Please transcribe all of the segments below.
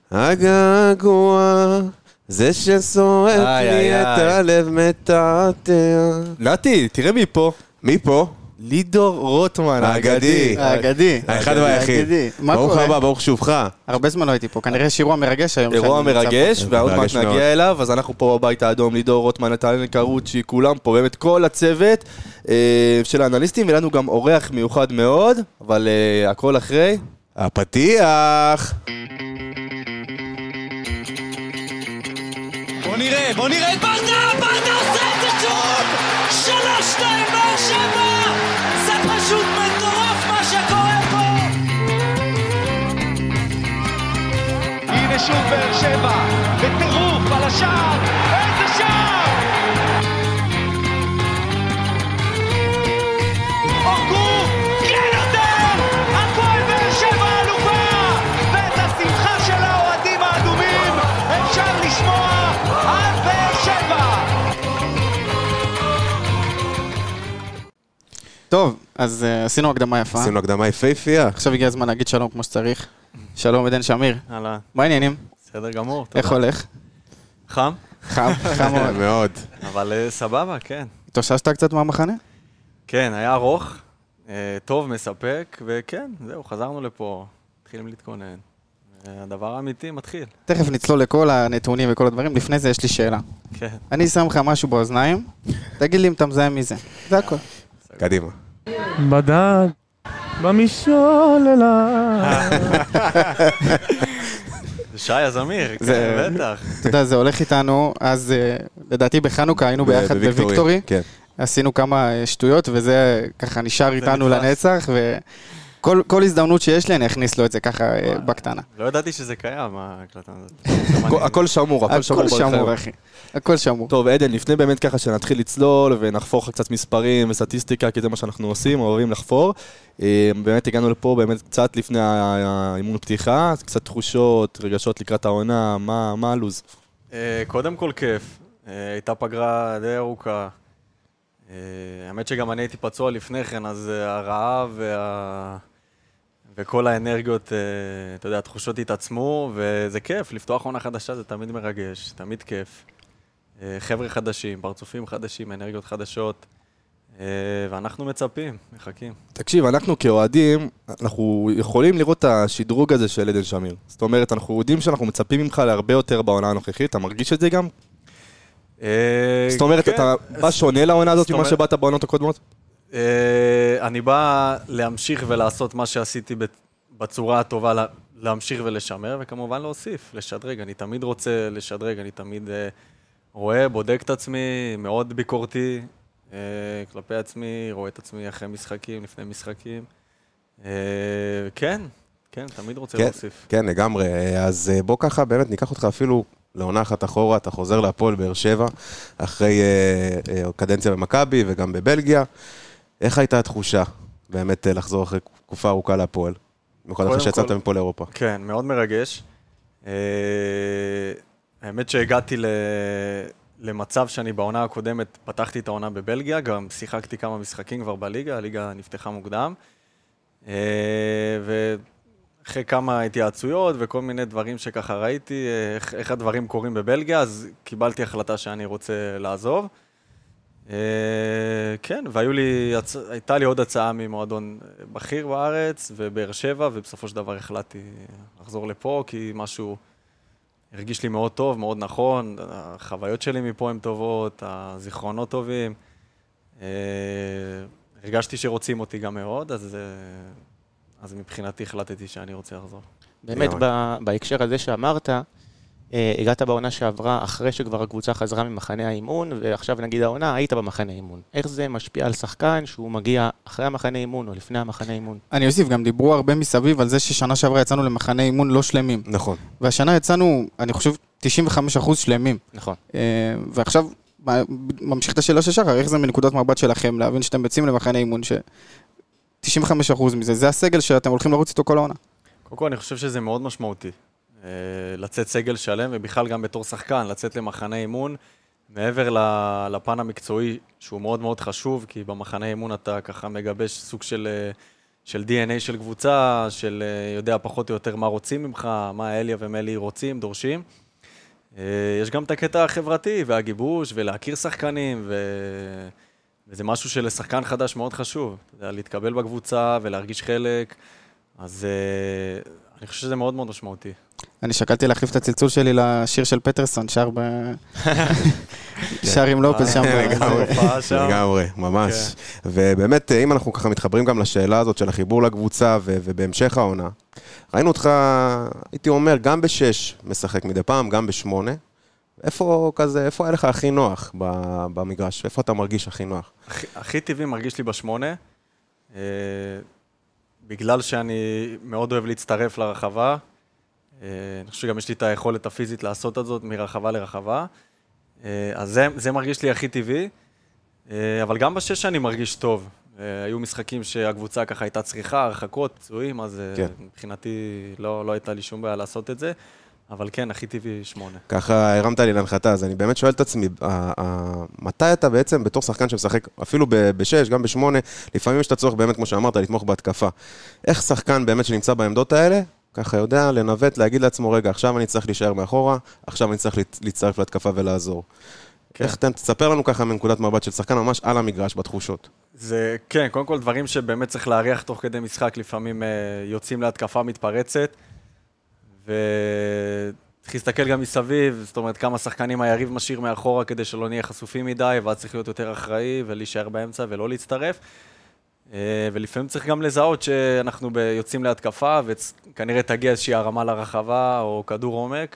הגעגוע, זה ששורף לי את הלב מתעתע. נתי, תראה מי פה. מי פה? לידור רוטמן, האגדי. האגדי. האחד והיחיד. מה ברוך קורה? הבא, ברוך שובך. הרבה זמן לא הייתי פה, כנראה יש אירוע מרגש היום. אירוע שאני נמצא מרגש, ועוד מעט מרגש מאוד. נגיע אליו, אז אנחנו פה בבית האדום, לידור רוטמן, נתניה קרוצ'י, כולם פה, באמת כל הצוות של האנליסטים, ולנו גם אורח מיוחד מאוד, אבל הכל אחרי. הפתיח. בוא נראה את ברדה עושה את זה שוב! 3-2 באר שבע! זה פשוט מטורף מה שקורה פה! הנה שוב באר שבע, בטירוף על השער! איזה שער! אורגו, כן יותר! הפועל באר שבע אלופה! ואת השמחה של האוהדים האדומים אפשר לשמוע עד באר שבע! טוב, אז עשינו הקדמה יפה. עשינו הקדמה יפהפייה. עכשיו הגיע הזמן להגיד שלום כמו שצריך. שלום עדן שמיר. הלאה, מה העניינים? בסדר גמור. איך תודה. הולך? חם? חם מאוד. מאוד. אבל סבבה, כן. התאוששת קצת מהמחנה? כן, היה ארוך, טוב, מספק, וכן, זהו, חזרנו לפה, מתחילים להתכונן. הדבר האמיתי מתחיל. תכף נצלול לכל הנתונים וכל הדברים. לפני זה יש לי שאלה. כן. אני שם לך משהו באוזניים, תגיד לי אם אתה מזהה מי זה. זה הכל. קדימה. בדד, במשוללה. זה שי הזמיר, זה- כן, בטח. אתה יודע, זה הולך איתנו, אז לדעתי בחנוכה היינו ביחד בוויקטורי. כן. עשינו כמה שטויות, וזה ככה נשאר איתנו נתפס. לנצח, וכל הזדמנות שיש לי, אני אכניס לו את זה ככה בקטנה. לא ידעתי שזה קיים, ההקלטה הזאת. הכל שמור, הכל שמור הכל שמור, ברחם. אחי. הכל שמור. טוב, עדן, לפני באמת ככה שנתחיל לצלול ונחפור קצת מספרים וסטטיסטיקה, כי זה מה שאנחנו עושים, אוהבים לחפור. באמת הגענו לפה באמת קצת לפני האימון פתיחה, קצת תחושות, רגשות לקראת העונה, מה הלוז? קודם כל כיף, הייתה פגרה די ארוכה. האמת שגם אני הייתי פצוע לפני כן, אז הרעב וכל האנרגיות, אתה יודע, התחושות התעצמו, וזה כיף, לפתוח עונה חדשה זה תמיד מרגש, תמיד כיף. חבר'ה חדשים, פרצופים חדשים, אנרגיות חדשות, ואנחנו מצפים, מחכים. תקשיב, אנחנו כאוהדים, אנחנו יכולים לראות את השדרוג הזה של עדן שמיר. זאת אומרת, אנחנו יודעים שאנחנו מצפים ממך להרבה יותר בעונה הנוכחית, אתה מרגיש את זה גם? זאת אומרת, כן. אתה בא שונה לעונה הזאת זאת ממה אומרת- שבאת בעונות הקודמות? אני בא להמשיך ולעשות מה שעשיתי בצורה הטובה, להמשיך ולשמר, וכמובן להוסיף, לשדרג. אני תמיד רוצה לשדרג, אני תמיד רואה, בודק את עצמי, מאוד ביקורתי כלפי עצמי, רואה את עצמי אחרי משחקים, לפני משחקים. כן, תמיד רוצה כן, להוסיף. כן, לגמרי. אז בוא ככה, באמת ניקח אותך אפילו לעונה אחת אחורה, אתה חוזר להפועל באר שבע, אחרי קדנציה במכבי וגם בבלגיה. איך הייתה התחושה באמת לחזור אחרי תקופה ארוכה להפועל? במיוחד אחרי קודם שיצאת כל- מפה לאירופה. כן, מאוד מרגש. האמת שהגעתי למצב שאני בעונה הקודמת, פתחתי את העונה בבלגיה, גם שיחקתי כמה משחקים כבר בליגה, הליגה נפתחה מוקדם. ואחרי כמה התייעצויות וכל מיני דברים שככה ראיתי, איך הדברים קורים בבלגיה, אז קיבלתי החלטה שאני רוצה לעזוב. כן, והייתה לי עוד הצעה ממועדון בכיר בארץ ובאר שבע, ובסופו של דבר החלטתי לחזור לפה, כי משהו הרגיש לי מאוד טוב, מאוד נכון, החוויות שלי מפה הן טובות, הזיכרונות טובים. הרגשתי שרוצים אותי גם מאוד, אז מבחינתי החלטתי שאני רוצה לחזור. באמת, בהקשר הזה שאמרת, הגעת בעונה שעברה אחרי שכבר הקבוצה חזרה ממחנה האימון, ועכשיו נגיד העונה, היית במחנה האימון. איך זה משפיע על שחקן שהוא מגיע אחרי המחנה האימון או לפני המחנה האימון? אני אוסיף, גם דיברו הרבה מסביב על זה ששנה שעברה יצאנו למחנה אימון לא שלמים. נכון. והשנה יצאנו, אני חושב, 95% שלמים. נכון. ועכשיו, ממשיך את השאלה של שחר, איך זה מנקודת מבט שלכם, להבין שאתם יוצאים למחנה אימון, ש-95% מזה, זה הסגל שאתם הולכים לרוץ איתו כל העונה. קודם כל, אני חושב שזה מאוד משמעותי. לצאת סגל שלם, ובכלל גם בתור שחקן, לצאת למחנה אימון, מעבר לפן המקצועי, שהוא מאוד מאוד חשוב, כי במחנה אימון אתה ככה מגבש סוג של של DNA של קבוצה, של יודע פחות או יותר מה רוצים ממך, מה אליה ומלי רוצים, דורשים. יש גם את הקטע החברתי והגיבוש ולהכיר שחקנים, וזה משהו שלשחקן חדש מאוד חשוב, להתקבל בקבוצה ולהרגיש חלק, אז אני חושב שזה מאוד מאוד משמעותי. אני שקלתי להחליף את הצלצול שלי לשיר של פטרסון, שר עם לופס שם. לגמרי, ממש. ובאמת, אם אנחנו ככה מתחברים גם לשאלה הזאת של החיבור לקבוצה ובהמשך העונה, ראינו אותך, הייתי אומר, גם בשש משחק מדי פעם, גם בשמונה. איפה היה לך הכי נוח במגרש? איפה אתה מרגיש הכי נוח? הכי טבעי מרגיש לי בשמונה, בגלל שאני מאוד אוהב להצטרף לרחבה. אני חושב שגם יש לי את היכולת הפיזית לעשות את זאת מרחבה לרחבה. אז זה מרגיש לי הכי טבעי, אבל גם בשש אני מרגיש טוב. היו משחקים שהקבוצה ככה הייתה צריכה, הרחקות, פצועים, אז מבחינתי לא הייתה לי שום בעיה לעשות את זה. אבל כן, הכי טבעי 8. ככה הרמת לי להנחתה, אז אני באמת שואל את עצמי, מתי אתה בעצם בתור שחקן שמשחק, אפילו ב-6, גם ב-8, לפעמים יש את הצורך באמת, כמו שאמרת, לתמוך בהתקפה. איך שחקן באמת שנמצא בעמדות האלה, ככה יודע לנווט, להגיד לעצמו, רגע, עכשיו אני צריך להישאר מאחורה, עכשיו אני צריך להצטרף להתקפה ולעזור. איך תספר לנו ככה מנקודת מבט של שחקן ממש על המגרש בתחושות? זה, כן, קודם כל דברים שבאמת צריך להריח תוך כדי משחק, לפעמים יוצאים להתקפה מתפרצת, וצריך להסתכל גם מסביב, זאת אומרת כמה שחקנים היריב משאיר מאחורה כדי שלא נהיה חשופים מדי, ואז צריך להיות יותר אחראי ולהישאר באמצע ולא להצטרף. ולפעמים צריך גם לזהות שאנחנו יוצאים להתקפה, וכנראה תגיע איזושהי הרמה לרחבה או כדור עומק,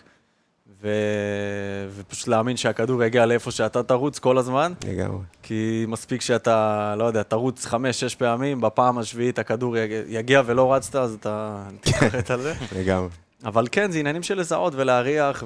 ופשוט להאמין שהכדור יגיע לאיפה שאתה תרוץ כל הזמן. לגמרי. כי מספיק שאתה, לא יודע, תרוץ 5-6 פעמים, בפעם השביעית הכדור יגיע ולא רצת, אז אתה תתחרט על זה. לגמרי. אבל כן, זה עניינים של לזהות ולהריח,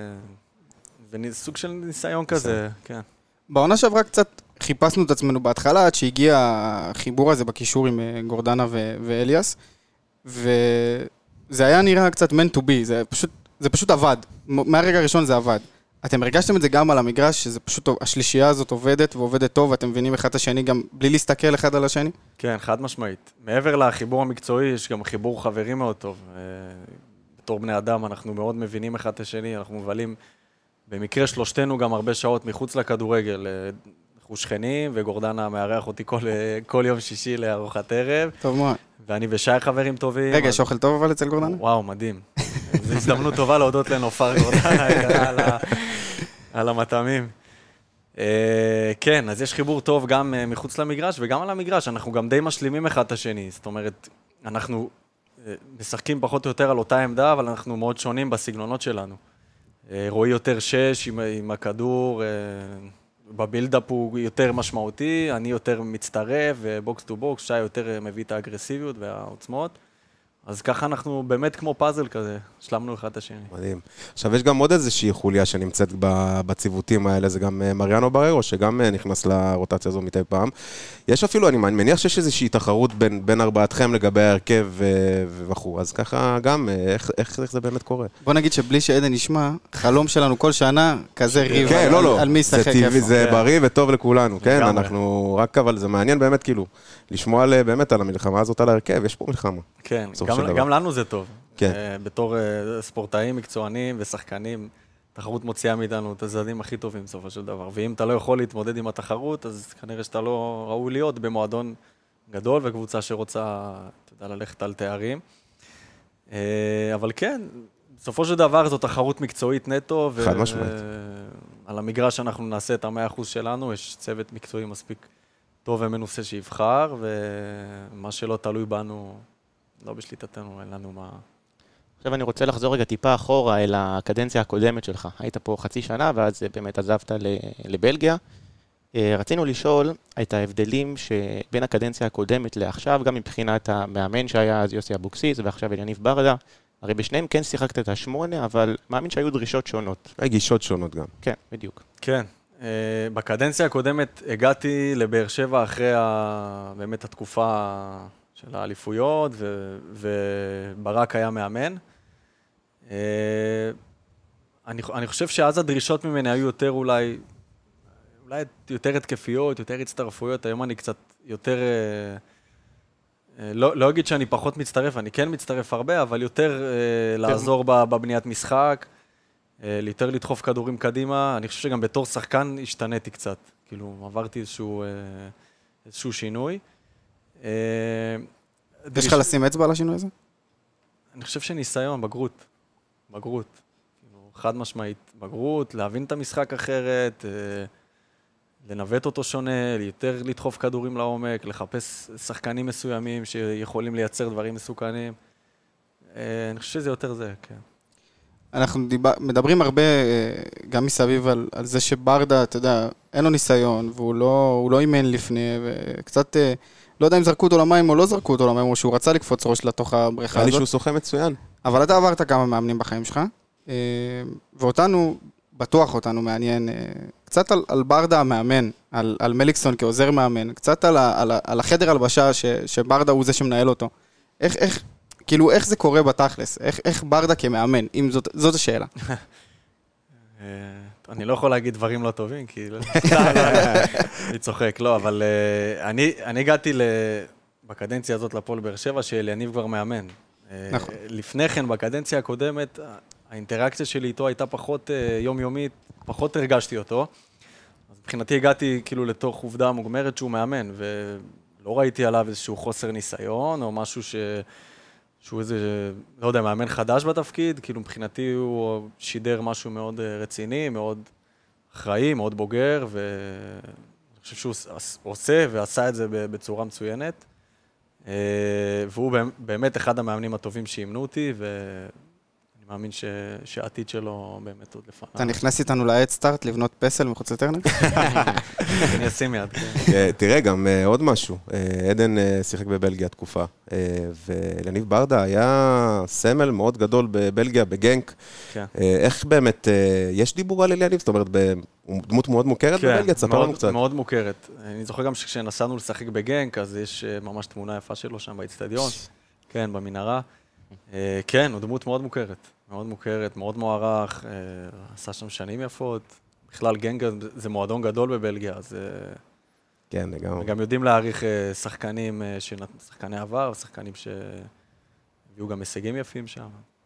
וסוג של ניסיון כזה, כן. בעונה שעברה קצת חיפשנו את עצמנו בהתחלה, עד שהגיע החיבור הזה בקישור עם גורדנה ואליאס, וזה היה נראה קצת meant to be, זה פשוט עבד, מהרגע הראשון זה עבד. אתם הרגשתם את זה גם על המגרש, שזה פשוט, השלישייה הזאת עובדת ועובדת טוב, ואתם מבינים אחד את השני גם בלי להסתכל אחד על השני? כן, חד משמעית. מעבר לחיבור המקצועי, יש גם חיבור חברים מאוד טוב. בתור בני אדם, אנחנו מאוד מבינים אחד את השני, אנחנו מבלים במקרה שלושתנו גם הרבה שעות מחוץ לכדורגל, אנחנו שכנים, וגורדנה מארח אותי כל יום שישי לארוחת ערב. טוב מאוד. ואני ושי חברים טובים. רגע, יש אוכל טוב אבל אצל גורדנה? וואו, מדהים. זו הזדמנות טובה להודות לנופר גורדנה על המטעמים. כן, אז יש חיבור טוב גם מחוץ למגרש וגם על המגרש. אנחנו גם די משלימים אחד את השני. זאת אומרת, אנחנו משחקים פחות או יותר על אותה עמדה, אבל אנחנו מאוד שונים בסגנונות שלנו. רואי יותר 6 עם הכדור, בבילדאפ הוא יותר משמעותי, אני יותר מצטרף, ובוקס טו בוקס, שי יותר מביא את האגרסיביות והעוצמות. אז ככה אנחנו באמת כמו פאזל כזה, שלמנו אחד את השני. מדהים. עכשיו, יש גם עוד איזושהי חוליה שנמצאת בציוותים האלה, זה גם מריאנו בררו, שגם נכנס לרוטציה הזו מתי פעם. יש אפילו, אני מניח שיש איזושהי תחרות בין ארבעתכם לגבי ההרכב וכו', אז ככה גם, איך זה באמת קורה? בוא נגיד שבלי שעדן נשמע, חלום שלנו כל שנה, כזה ריב על מי ישחק איפה. זה בריא וטוב לכולנו, כן? אנחנו רק, אבל זה מעניין באמת, כאילו, לשמוע באמת על המלחמה הזאת על ההרכב, יש פה מלחמה. כן, גם לנו זה טוב. בתור ספורטאים, מקצוענים ושחקנים, תחרות מוציאה מאיתנו את הצדדים הכי טובים בסופו של דבר. ואם אתה לא יכול להתמודד עם התחרות, אז כנראה שאתה לא ראוי להיות במועדון גדול וקבוצה שרוצה, אתה יודע, ללכת על תארים. אבל כן, בסופו של דבר זו תחרות מקצועית נטו. חד משמעית. על המגרש אנחנו נעשה את ה100% שלנו, יש צוות מקצועי מספיק טוב ומנוסה שיבחר, ומה שלא תלוי בנו, לא בשליטתנו, אין לנו מה... עכשיו אני רוצה לחזור רגע טיפה אחורה אל הקדנציה הקודמת שלך. היית פה חצי שנה, ואז באמת עזבת לבלגיה. רצינו לשאול את ההבדלים שבין הקדנציה הקודמת לעכשיו, גם מבחינת המאמן שהיה אז יוסי אבוקסיס, ועכשיו אליניב ברדה. הרי בשניהם כן שיחקת את ה8, אבל מאמין שהיו דרישות שונות. גישות שונות גם. כן, בדיוק. כן. בקדנציה הקודמת הגעתי לבאר שבע אחרי באמת התקופה של האליפויות, וברק היה מאמן. אני חושב שאז הדרישות ממני היו יותר אולי יותר התקפיות, יותר הצטרפויות. היום אני קצת יותר לא אגיד שאני פחות מצטרף, אני כן מצטרף הרבה, אבל יותר לעזור בבניית משחק, יותר לדחוף כדורים קדימה. אני חושב שגם בתור שחקן השתניתי קצת. כאילו, עברתי איזשהו שינוי. יש לך לשים אצבע על השינוי הזה? אני חושב שניסיון, בגרות. כאילו, חד משמעית, בגרות, להבין את המשחק אחרת, לנווט אותו שונה, יותר לדחוף כדורים לעומק, לחפש שחקנים מסוימים שיכולים לייצר דברים מסוכנים. אני חושב שזה יותר זה, כן. אנחנו מדברים הרבה, גם מסביב, על זה שברדה, אתה יודע, אין לו ניסיון, והוא לא אימן לפני, וקצת, לא יודע אם זרקו אותו למים או לא זרקו אותו למים, או שהוא רצה לקפוץ ראש לתוך הבריכה הזאת. שהוא שוחה מצוין. אבל אתה עברת כמה מאמנים בחיים שלך, ואותנו, בטוח אותנו מעניין, קצת על ברדה המאמן, על מליקסון כעוזר מאמן, קצת על החדר הלבשה שברדה הוא זה שמנהל אותו. איך זה קורה בתכלס? איך ברדה כמאמן? אם זאת השאלה. אני לא יכול להגיד דברים לא טובים, כי אני צוחק, לא, אבל אני הגעתי בקדנציה הזאת לפועל באר שבע, שאליניב כבר מאמן. נכון. לפני כן, בקדנציה הקודמת, האינטראקציה שלי איתו הייתה פחות יומיומית, פחות הרגשתי אותו. אז מבחינתי הגעתי כאילו לתוך עובדה מוגמרת שהוא מאמן, ולא ראיתי עליו איזשהו חוסר ניסיון, או משהו שהוא איזה, לא יודע, מאמן חדש בתפקיד, כאילו מבחינתי הוא שידר משהו מאוד רציני, מאוד אחראי, מאוד בוגר, ואני חושב שהוא עושה ועשה את זה בצורה מצוינת. והוא באמת אחד המאמנים הטובים שאימנו אותי, ואני מאמין שהעתיד שלו באמת עוד לפניו. אתה נכנס איתנו לעד סטארט לבנות פסל מחוץ לטרנר? אני אשים יד. תראה, גם עוד משהו. עדן שיחק בבלגיה תקופה, ולניב ברדה היה סמל מאוד גדול בבלגיה, בגנק. איך באמת, יש דיבור על אליניב? זאת אומרת, הוא דמות מאוד מוכרת בבלגיה? תספר לנו קצת. כן, מאוד מוכרת. אני זוכר גם שכשנסענו לשחק בגנק, אז יש ממש תמונה יפה שלו שם באצטדיון. כן, במנהרה. כן, הוא דמות מאוד מוכרת. מאוד מוכרת, מאוד מוערך, עשה שם שנים יפות. בכלל גנק זה מועדון גדול בבלגיה, אז כן, לגמרי. גם יודעים להעריך שחקנים, שחקני עבר, שחקנים שהביאו גם הישגים יפים שם.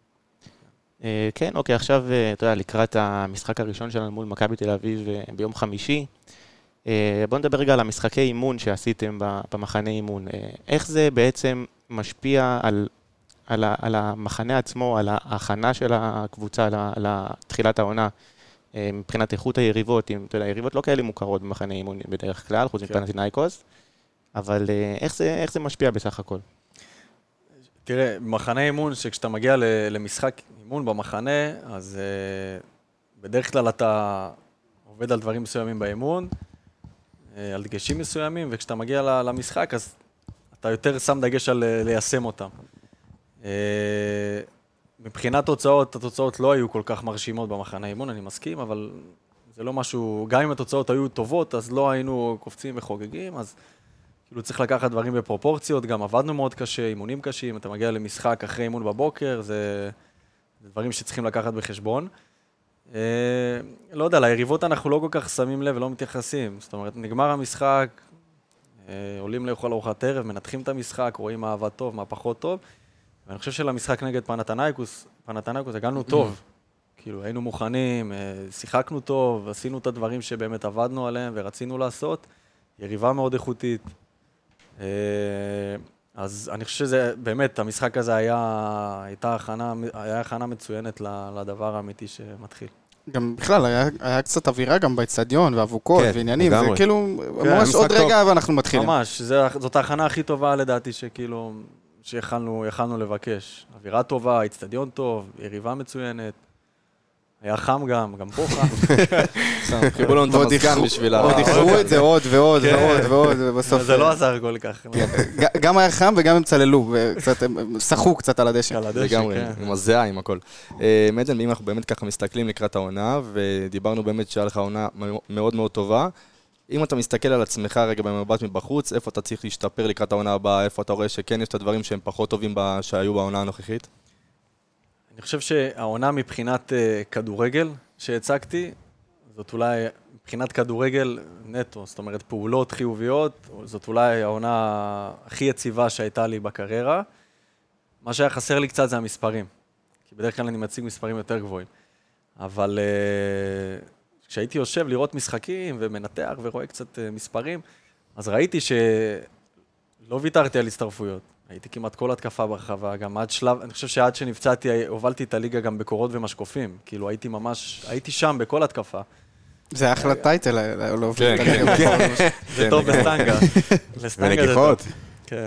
כן, אוקיי, עכשיו, אתה יודע, לקראת המשחק הראשון שלנו מול מכבי תל אביב ביום חמישי, בואו נדבר רגע על המשחקי אימון שעשיתם במחנה אימון. איך זה בעצם משפיע על המחנה עצמו, על ההכנה של הקבוצה, על תחילת העונה, מבחינת איכות היריבות, אתה יודע, היריבות לא כאלה מוכרות במחנה אימון בדרך כלל, חוץ מפנתינייקוס, אבל איך זה משפיע בסך הכל? תראה, במחנה אימון, שכשאתה מגיע למשחק אימון במחנה, אז בדרך כלל אתה עובד על דברים מסוימים באימון, על דגשים מסוימים, וכשאתה מגיע למשחק, אז אתה יותר שם דגש על ליישם אותם. מבחינת תוצאות, התוצאות לא היו כל כך מרשימות במחנה אימון, אני מסכים, אבל זה לא משהו, גם אם התוצאות היו טובות, אז לא היינו קופצים וחוגגים, אז כאילו צריך לקחת דברים בפרופורציות, גם עבדנו מאוד קשה, אימונים קשים, אתה מגיע למשחק אחרי אימון בבוקר, זה דברים שצריכים לקחת בחשבון. לא יודע, ליריבות אנחנו לא כל כך שמים לב ולא מתייחסים, זאת אומרת, נגמר המשחק, עולים לאכול ארוחת ערב, מנתחים את המשחק, רואים מה עבד טוב, מה פחות טוב, ואני חושב שלמשחק נגד פנתינייקוס הגענו טוב. כאילו, היינו מוכנים, שיחקנו טוב, עשינו את הדברים שבאמת עבדנו עליהם ורצינו לעשות. יריבה מאוד איכותית. אז אני חושב שזה, באמת, המשחק הזה היה הכנה מצוינת לדבר האמיתי שמתחיל. גם בכלל, היה קצת אווירה גם באצטדיון, ואבוקות ועניינים, זה כאילו, ממש עוד רגע ואנחנו מתחילים. ממש, זאת ההכנה הכי טובה לדעתי שכאילו, שיכלנו לבקש. אווירה טובה, אצטדיון טוב, יריבה מצוינת. היה חם גם פה חם. חיבו לנו את המזגן בשבילה. עוד איחרו את זה עוד ועוד ועוד ועוד, ובסוף... זה לא עזר כל כך. גם היה חם וגם הם צללו, הם שחו קצת על הדשא. לגמרי, עם הזיעה, עם הכל. מדן, אם אנחנו באמת ככה מסתכלים לקראת העונה, ודיברנו באמת שהיה לך עונה מאוד מאוד טובה, אם אתה מסתכל על עצמך רגע במבט מבחוץ, איפה אתה צריך להשתפר לקראת העונה הבאה, איפה אתה רואה שכן יש את הדברים שהם פחות טובים שהיו בעונה הנוכחית? אני חושב שהעונה מבחינת כדורגל שהצגתי, זאת אולי מבחינת כדורגל נטו, זאת אומרת, פעולות חיוביות, זאת אולי העונה הכי יציבה שהייתה לי בקריירה. מה שהיה חסר לי קצת זה המספרים, כי בדרך כלל אני מציג מספרים יותר גבוהים. אבל כשהייתי יושב לראות משחקים ומנתח ורואה קצת מספרים, אז ראיתי שלא ויתרתי על הצטרפויות. הייתי כמעט כל התקפה ברחבה, גם עד שלב, אני חושב שעד שנפצעתי, הובלתי את הליגה גם בקורות ומשקופים. כאילו הייתי שם בכל התקפה. זה אחלה טייטל, להוביל את הליגה. זה טוב בסטנגה. ונגיחות. כן.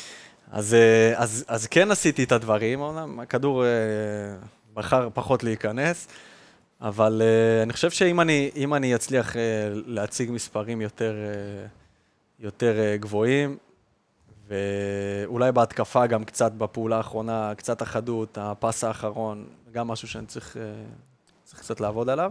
אז כן עשיתי את הדברים, הכדור בחר פחות להיכנס, אבל אני חושב שאם אני אצליח להציג מספרים יותר גבוהים, ואולי בהתקפה גם קצת בפעולה האחרונה, קצת אחדות, הפס האחרון, גם משהו שאני צריך קצת לעבוד עליו,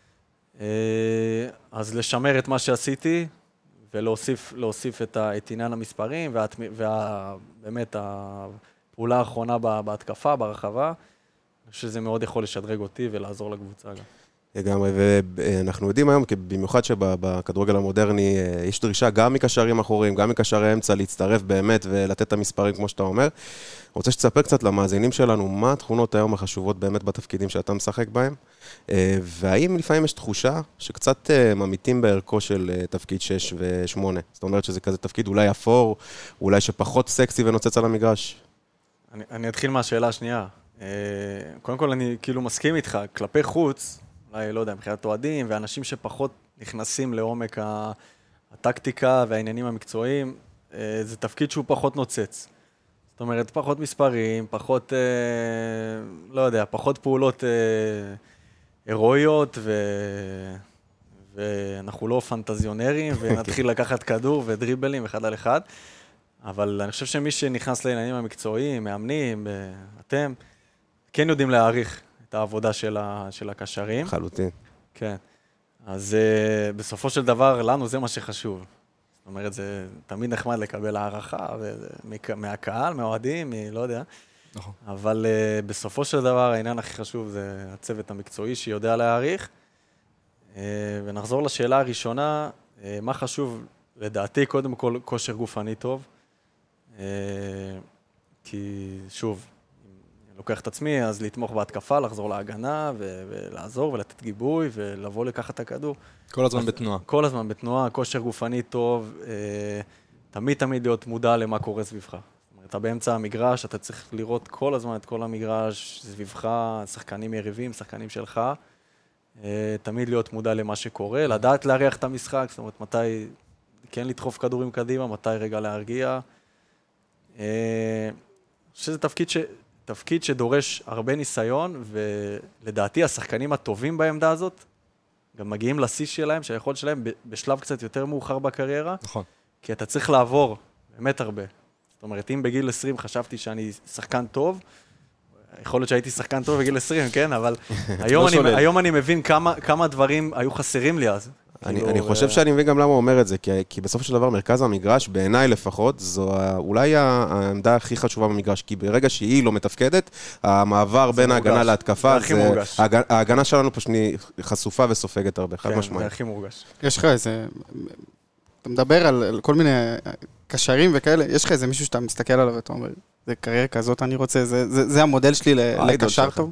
אז לשמר את מה שעשיתי, ולהוסיף את עניין המספרים, ובאמת הפעולה האחרונה בהתקפה, ברחבה, אני חושב שזה מאוד יכול לשדרג אותי ולעזור לקבוצה גם. לגמרי, ואנחנו יודעים היום, במיוחד שבכדורגל המודרני יש דרישה גם מקשרים אחוריים, גם מקשרי אמצע, להצטרף באמת ולתת את המספרים כמו שאתה אומר. רוצה שתספר קצת למאזינים שלנו, מה התכונות היום החשובות באמת בתפקידים שאתה משחק בהם, והאם לפעמים יש תחושה שקצת ממיתים בערכו של תפקיד 6 ו-8? זאת אומרת שזה כזה תפקיד אולי אפור, אולי שפחות סקסי ונוצץ על המגרש? אני אתחיל מהשאלה השנייה. קודם כל אני כאילו מסכים איתך, כלפי חוץ, אולי, לא יודע, מבחינת אוהדים, ואנשים שפחות נכנסים לעומק הטקטיקה והעניינים המקצועיים, זה תפקיד שהוא פחות נוצץ. זאת אומרת, פחות מספרים, פחות, לא יודע, פחות פעולות הירואיות, ואנחנו לא פנטזיונרים, ונתחיל לקחת כדור ודריבלים אחד על אחד. אבל אני חושב שמי שנכנס לעניינים המקצועיים, מאמנים, אתם, כן יודעים להעריך את העבודה של הקשרים. חלוטין. כן. אז בסופו של דבר, לנו זה מה שחשוב. זאת אומרת, זה תמיד נחמד לקבל הערכה, מהקהל, מהאוהדים, לא יודע. נכון. אבל בסופו של דבר, העניין הכי חשוב זה הצוות המקצועי שיודע להעריך. ונחזור לשאלה הראשונה, מה חשוב? לדעתי, קודם כל, כושר גופני טוב. כי שוב, לוקח את עצמי, אז לתמוך בהתקפה, לחזור להגנה, ולעזור ולתת גיבוי, ולבוא לקחת את הכדור. כל הזמן בתנועה. כל הזמן בתנועה, כושר גופני טוב, תמיד להיות מודע למה קורה סביבך. זאת אומרת, אתה באמצע המגרש, אתה צריך לראות כל הזמן את כל המגרש סביבך, שחקנים יריבים, שחקנים שלך, תמיד להיות מודע למה שקורה, לדעת להריח את המשחק, זאת אומרת, מתי כן לדחוף כדורים קדימה, מתי רגע להרגיע. שזה תפקיד שדורש הרבה ניסיון, ולדעתי השחקנים הטובים בעמדה הזאת, גם מגיעים לשיא שלהם, שהיכולת שלהם בשלב קצת יותר מאוחר בקריירה. נכון. כי אתה צריך לעבור באמת הרבה. זאת אומרת, אם בגיל 20 חשבתי שאני שחקן טוב, יכול להיות שהייתי שחקן טוב בגיל 20, כן? אבל היום אני מבין כמה דברים היו חסרים לי אז. אני חושב שאני מבין גם למה הוא אומר את זה, כי בסופו של דבר מרכז המגרש, בעיניי לפחות, זו אולי העמדה הכי חשובה במגרש, כי ברגע שהיא לא מתפקדת, המעבר בין ההגנה להתקפה, ההגנה שלנו פשוט חשופה וסופגת הרבה, חד משמעית. כן, זה הכי מורגש. יש לך איזה, אתה מדבר על כל מיני קשרים וכאלה, יש לך איזה מישהו שאתה מסתכל עליו ואתה אומר, זה קריירה כזאת אני רוצה, זה המודל שלי לקשר טוב?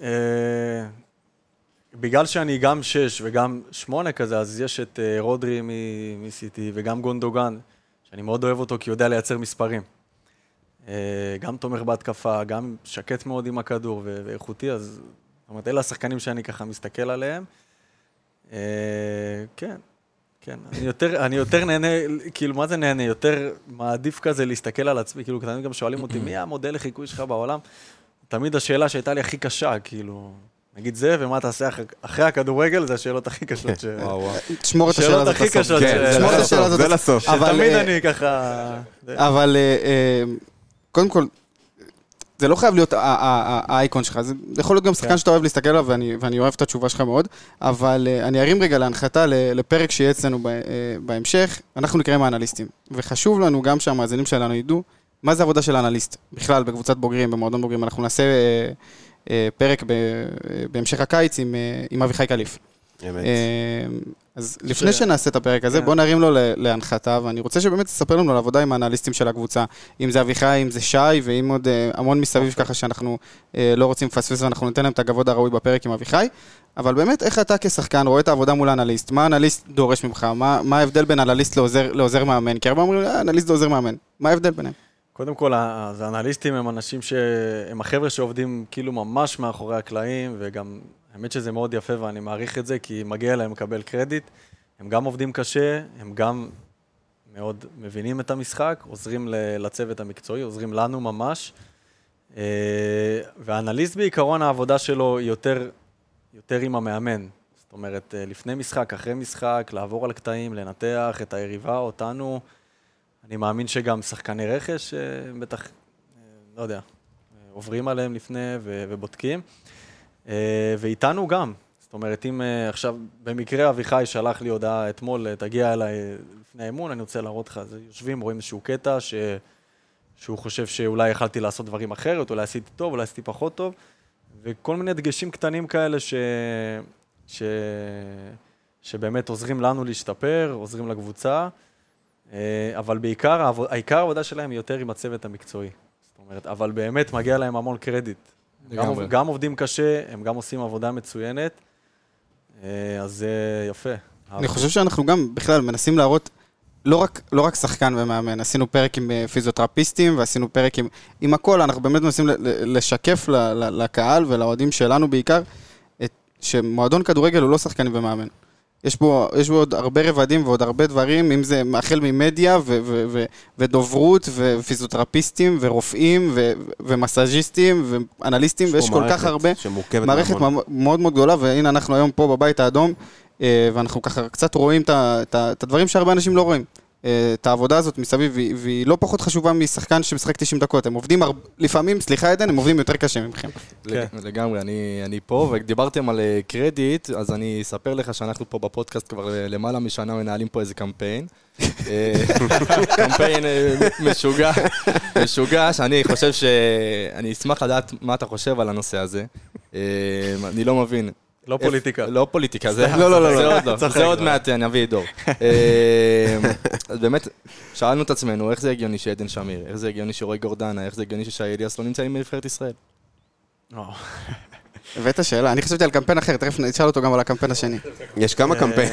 בגלל שאני גם 6 וגם 8 כזה, אז יש את רודרי מסיטי וגם גונדוגן, שאני מאוד אוהב אותו כי הוא יודע לייצר מספרים. גם תומך בהתקפה, גם שקט מאוד עם הכדור ואיכותי, אז זאת אומרת, אלה השחקנים שאני ככה מסתכל עליהם. כן, כן. אני יותר נהנה, כאילו מה זה נהנה? יותר מעדיף כזה להסתכל על עצמי, כאילו תמיד גם שואלים אותי, מי המודל לחיקוי שלך בעולם? תמיד השאלה שהייתה לי הכי קשה, כאילו... נגיד זה, ומה תעשה אחרי הכדורגל, זה השאלות הכי קשות ש... תשמור את השאלה הזאת לסוף. תשמור את השאלה הזאת לסוף. שתמיד אני ככה... אבל קודם כל, זה לא חייב להיות האייקון שלך, זה יכול להיות גם שחקן שאתה אוהב להסתכל עליו, ואני אוהב את התשובה שלך מאוד, אבל אני ארים רגע להנחתה לפרק שיהיה אצלנו בהמשך, אנחנו נקראים האנליסטים, וחשוב לנו גם שהמאזינים שלנו ידעו, מה זה עבודה של האנליסט? בכלל, בקבוצת בוגרים, במועדון בוגרים, אנחנו נעשה... פרק בהמשך הקיץ עם אביחי קליף. אמת. אז לפני שנעשה את הפרק הזה, בוא נרים לו להנחתה, ואני רוצה שבאמת תספר לנו על עבודה עם האנליסטים של הקבוצה, אם זה אביחי, אם זה שי, ועם עוד המון מסביב ככה שאנחנו לא רוצים לפספס, ואנחנו ניתן להם את הכבוד הראוי בפרק עם אביחי, אבל באמת, איך אתה כשחקן רואה את העבודה מול האנליסט? מה האנליסט דורש ממך? מה ההבדל בין אנליסט לעוזר מאמן? כי הרבה אומרים, אנליסט לעוזר מאמן. מה ההבדל ביניהם? קודם כל, אז האנליסטים הם אנשים הם החבר'ה שעובדים כאילו ממש מאחורי הקלעים, וגם, האמת שזה מאוד יפה ואני מעריך את זה, כי מגיע להם לקבל קרדיט. הם גם עובדים קשה, הם גם מאוד מבינים את המשחק, עוזרים לצוות המקצועי, עוזרים לנו ממש. והאנליסט בעיקרון העבודה שלו היא יותר עם המאמן. זאת אומרת, לפני משחק, אחרי משחק, לעבור על קטעים, לנתח את היריבה, אותנו. אני מאמין שגם שחקני רכש, בטח, לא יודע, עוברים עליהם לפני ובודקים. ואיתנו גם. זאת אומרת, אם עכשיו, במקרה אביחי שלח לי הודעה אתמול, תגיע אליי לפני האימון, אני רוצה להראות לך, אז יושבים, רואים איזשהו קטע שהוא חושב שאולי יכלתי לעשות דברים אחרת, אולי עשיתי טוב, אולי עשיתי פחות טוב, וכל מיני דגשים קטנים כאלה שבאמת עוזרים לנו להשתפר, עוזרים לקבוצה, אבל בעיקר, העיקר העבודה שלהם היא יותר עם הצוות המקצועי. זאת אומרת, אבל באמת מגיע להם המון קרדיט. גם עובדים קשה, הם גם עושים עבודה מצוינת, אז זה יפה. אני חושב שאנחנו גם בכלל מנסים להראות, לא רק שחקן ומאמן, עשינו פרק עם פיזיותרפיסטים, ועשינו פרק עם הכל, אנחנו באמת מנסים לשקף לקהל ולאוהדים שלנו בעיקר, שמועדון כדורגל הוא לא שחקנים ומאמן. יש בו עוד הרבה רבדים ועוד הרבה דברים, אם זה החל ממדיה ודוברות ופיזיותרפיסטים ורופאים ומסאז'יסטים ואנליסטים, ויש כל כך הרבה, מערכת מאוד מאוד גדולה, והנה אנחנו היום פה בבית האדום, ואנחנו ככה קצת רואים את הדברים שהרבה אנשים לא רואים. את העבודה הזאת מסביב, והיא לא פחות חשובה משחקן שמשחק 90 דקות. הם עובדים לפעמים, סליחה עדן, הם עובדים יותר קשה ממכם. לגמרי, אני פה, ודיברתם על קרדיט, אז אני אספר לך שאנחנו פה בפודקאסט כבר למעלה משנה מנהלים פה איזה קמפיין. קמפיין משוגע, שאני חושב אני אשמח לדעת מה אתה חושב על הנושא הזה. אני לא מבין. לא פוליטיקה. לא פוליטיקה, זה עוד מעט, אני אביא דור. אז באמת, שאלנו את עצמנו, איך זה הגיוני שעדן שמיר, איך זה הגיוני שרועי גורדנה, איך זה הגיוני ששי אליאס לא נמצאים בנבחרת ישראל? הבאת שאלה, אני חשבתי על קמפיין אחר, תכף נשאל אותו גם על הקמפיין השני. יש כמה קמפיין.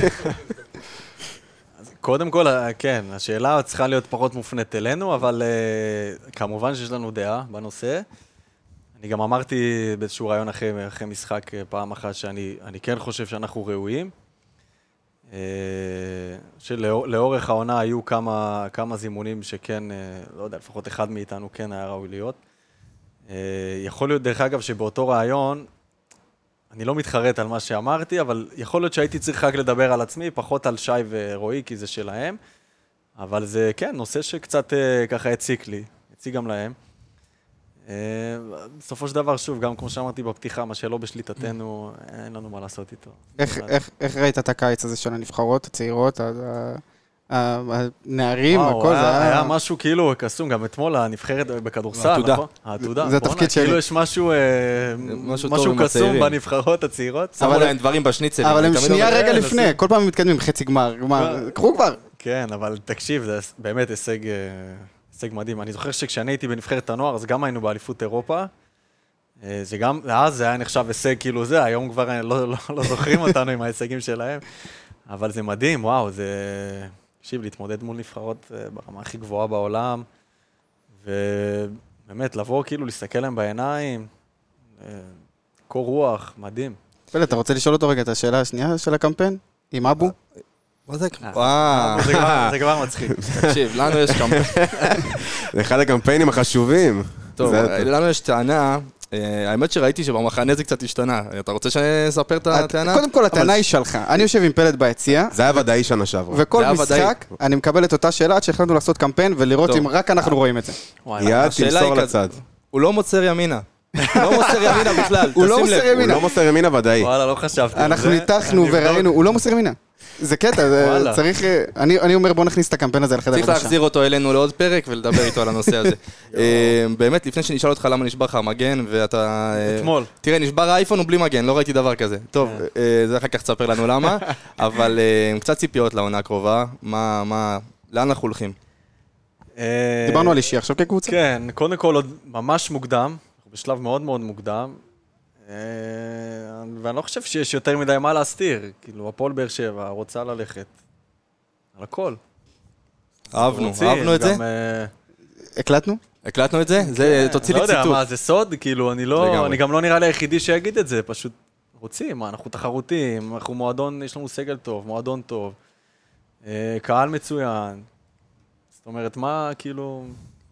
קודם כל, כן, השאלה צריכה להיות פחות מופנית אלינו, אבל כמובן שיש לנו דעה בנושא. אני גם אמרתי באיזשהו רעיון אחרי משחק פעם אחת שאני כן חושב שאנחנו ראויים. שלאורך העונה היו כמה זימונים שכן, לא יודע, לפחות אחד מאיתנו כן היה ראוי להיות. יכול להיות דרך אגב שבאותו רעיון, אני לא מתחרט על מה שאמרתי, אבל יכול להיות שהייתי צריך רק לדבר על עצמי, פחות על שי ורועי, כי זה שלהם. אבל זה כן, נושא שקצת ככה הציק גם להם. בסופו של דבר, שוב, גם כמו שאמרתי בפתיחה, מה שלא בשליטתנו, אין לנו מה לעשות איתו. איך ראית את הקיץ הזה של הנבחרות, הצעירות, הנערים, הכל זה היה משהו כאילו קסום, גם אתמול הנבחרת בכדורסל, נכון? העתודה. זה התפקיד שלי. כאילו יש משהו קסום בנבחרות הצעירות. שמו להם דברים בשניצלים. אבל הם שנייה רגע לפני, כל פעם הם מתקדמים, חצי גמר, קחו כבר. כן, אבל תקשיב, זה באמת הישג מדהים. אני זוכר שכשאני הייתי בנבחרת הנוער, אז גם היינו באליפות אירופה. זה גם, אז זה היה נחשב הישג כאילו זה, היום כבר לא זוכרים אותנו עם ההישגים שלהם. אבל זה מדהים, וואו, זה... תקשיב, להתמודד מול נבחרות ברמה הכי גבוהה בעולם, ובאמת, לבוא כאילו, להסתכל להם בעיניים, קור רוח, מדהים. פלט, אתה רוצה לשאול אותו רגע את השאלה השנייה של הקמפיין? עם אבו? מה זה? זה כבר מצחיק. תקשיב, לנו יש קמפיין. זה אחד הקמפיינים החשובים. טוב, לנו יש טענה, האמת שראיתי שבמחנה זה קצת השתנה. אתה רוצה שנספר את הטענה? קודם כל, הטענה היא שלך. אני יושב עם פלט ביציאה. זה היה ודאי שנה שעברה. וכל משחק, אני מקבל את אותה שאלה עד שהחלטנו לעשות קמפיין ולראות אם רק אנחנו רואים את זה. יד, תמסור לצד. הוא לא מוצר ימינה. לא מוסר ימינה בכלל, הוא לא מוסר ימינה. הוא לא מוסר ימינה ודאי. וואלה, לא חשבתי. אנחנו ניתחנו וראינו, הוא לא מוסר ימינה. זה קטע, זה וואלה. צריך... אני אומר, בוא נכניס את הקמפיין הזה לחדר צריך חדשה. להחזיר אותו אלינו לעוד פרק ולדבר איתו על הנושא הזה. באמת, לפני שנשאל אותך למה נשבר לך המגן, ואתה... אתמול. תראה, נשבר האייפון הוא בלי מגן, לא ראיתי דבר כזה. טוב, זה אחר כך תספר לנו למה, אבל קצת ציפיות לעונה הקרובה, לאן אנחנו הולכים? דיברנו על אישי עכשיו כקבוצה. כן, קודם כל עוד ממש מוקדם, אנחנו בשלב מאוד מאוד מוקדם, ואני לא חושב שיש יותר מדי מה להסתיר. כאילו, הפועל באר שבע רוצה ללכת על הכל. אהבנו את זה? הקלטנו? הקלטנו את זה? זה תוציא לי לא יודע, ציטוט. מה, זה סוד? כאילו, לגמרי. אני גם לא נראה לי היחידי שיגיד את זה, פשוט רוצים, אנחנו תחרותיים, אנחנו מועדון, יש לנו סגל טוב, מועדון טוב, קהל מצוין. זאת אומרת, מה, כאילו...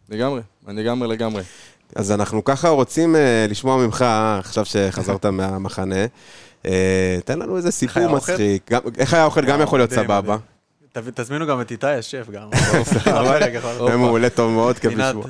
לגמרי. אז אנחנו ככה רוצים לשמוע ממך, עכשיו שחזרת מהמחנה, תן לנו איזה סיפור מצחיק. איך היה האוכל? גם יכול להיות סבבה. תזמינו גם את איתי השף גם. הם מעולה טוב מאוד, כיף לשמוע.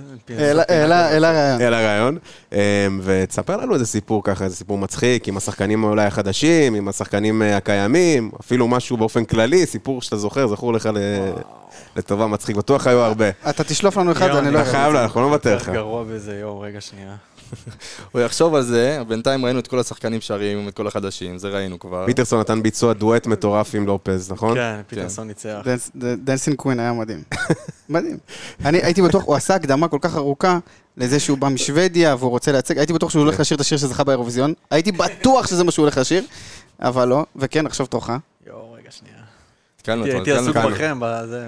אל הרעיון. ותספר לנו איזה סיפור ככה, איזה סיפור מצחיק, עם השחקנים אולי החדשים, עם השחקנים הקיימים, אפילו משהו באופן כללי, סיפור שאתה זוכר לך לטובה מצחיק, בטוח היו הרבה. אתה תשלוף לנו אחד, אני לא חייב לה, אנחנו לא מוותר לך. גרוע בזה, רגע שנייה. הוא יחשוב על זה, בינתיים ראינו את כל השחקנים שרים, את כל החדשים, זה ראינו כבר. פיטרסון נתן ביצוע דואט מטורף עם לופז, נכון? כן, פיטרסון ניצח. דנסין קווין היה מדהים. מדהים. אני הייתי בטוח, הוא עשה הקדמה כל כך ארוכה לזה שהוא בא משוודיה והוא רוצה להציג, הייתי בטוח שהוא הולך לשיר את השיר שזכה באירוויזיון, הייתי בטוח שזה מה שהוא הולך לשיר, אבל לא, וכן, עכשיו תורך. רגע שנייה. הייתי עסוק בכם, בזה,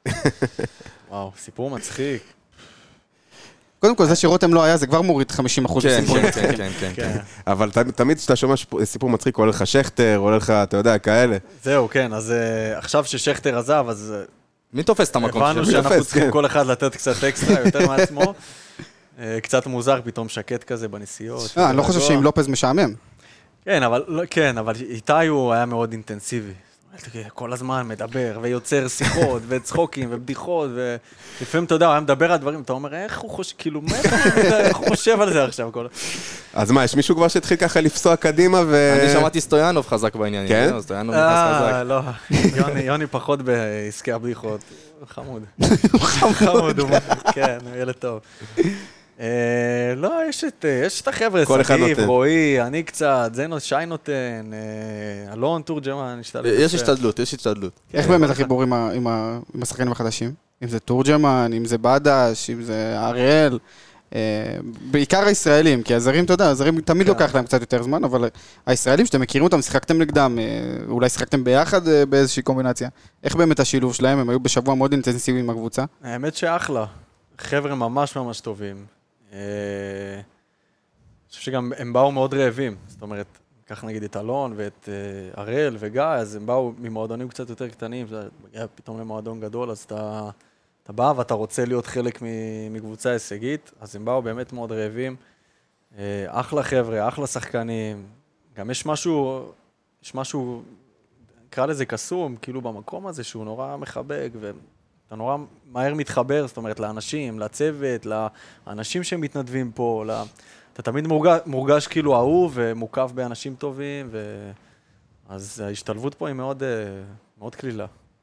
וואו, סיפור מצחיק. קודם כל, זה שרותם לא היה, זה כבר מוריד 50% בסיפורים. כן. אבל תמיד כשאתה שומע סיפור מצחיק, עולה לך שכטר, עולה לך, אתה יודע, כאלה. זהו, כן, אז עכשיו ששכטר עזב, אז... מי תופס את המקום הבנו שאנחנו צריכים כל אחד לתת קצת אקסטרה, יותר מעצמו. קצת מוזר, פתאום שקט כזה בנסיעות. אני לא חושב שאם לופז משעמם. כן, אבל איתי הוא היה מאוד אינטנסיבי. כל הזמן מדבר, ויוצר שיחות, וצחוקים, ובדיחות, ולפעמים, אתה יודע, הוא היה מדבר על דברים, אתה אומר, איך הוא חושב, כאילו, איך הוא חושב על זה עכשיו? אז מה, יש מישהו כבר שהתחיל ככה לפסוע קדימה אני שמעתי סטויאנוב חזק בעניין. כן? סטויאנוב נכנס חזק. לא, יוני פחות בעסקי הבדיחות. חמוד. חמוד, כן, הוא ילד טוב. לא, יש את החבר'ה, סגיב, רועי, אני קצת, שי נותן, אלון, תורג'מן, יש השתדלות. איך באמת החיבור עם השחקנים החדשים? אם זה תורג'מן, אם זה בדש, אם זה אריאל, בעיקר הישראלים, כי הזרים, אתה יודע, הזרים תמיד לוקח להם קצת יותר זמן, אבל הישראלים שאתם מכירים אותם, שיחקתם נגדם, אולי שיחקתם ביחד באיזושהי קומבינציה. איך באמת השילוב שלהם? הם היו בשבוע מאוד אינטנסיבי עם הקבוצה. האמת שאחלה. חבר'ה ממש ממש טובים. אני חושב שגם הם באו מאוד רעבים, זאת אומרת, כך נגיד את אלון ואת אריאל וגיא, אז הם באו ממועדונים קצת יותר קטנים, זה מגיע פתאום למועדון גדול, אז אתה בא ואתה רוצה להיות חלק מקבוצה הישגית, אז הם באו באמת מאוד רעבים, אחלה חבר'ה, אחלה שחקנים, גם יש משהו, נקרא לזה קסום, כאילו במקום הזה שהוא נורא מחבק, אתה נורא מהר מתחבר, זאת אומרת, לאנשים, לצוות, לאנשים שמתנדבים פה, אתה תמיד מורגש כאילו אהוב ומוקף באנשים טובים, אז ההשתלבות פה היא מאוד, מאוד כלילה.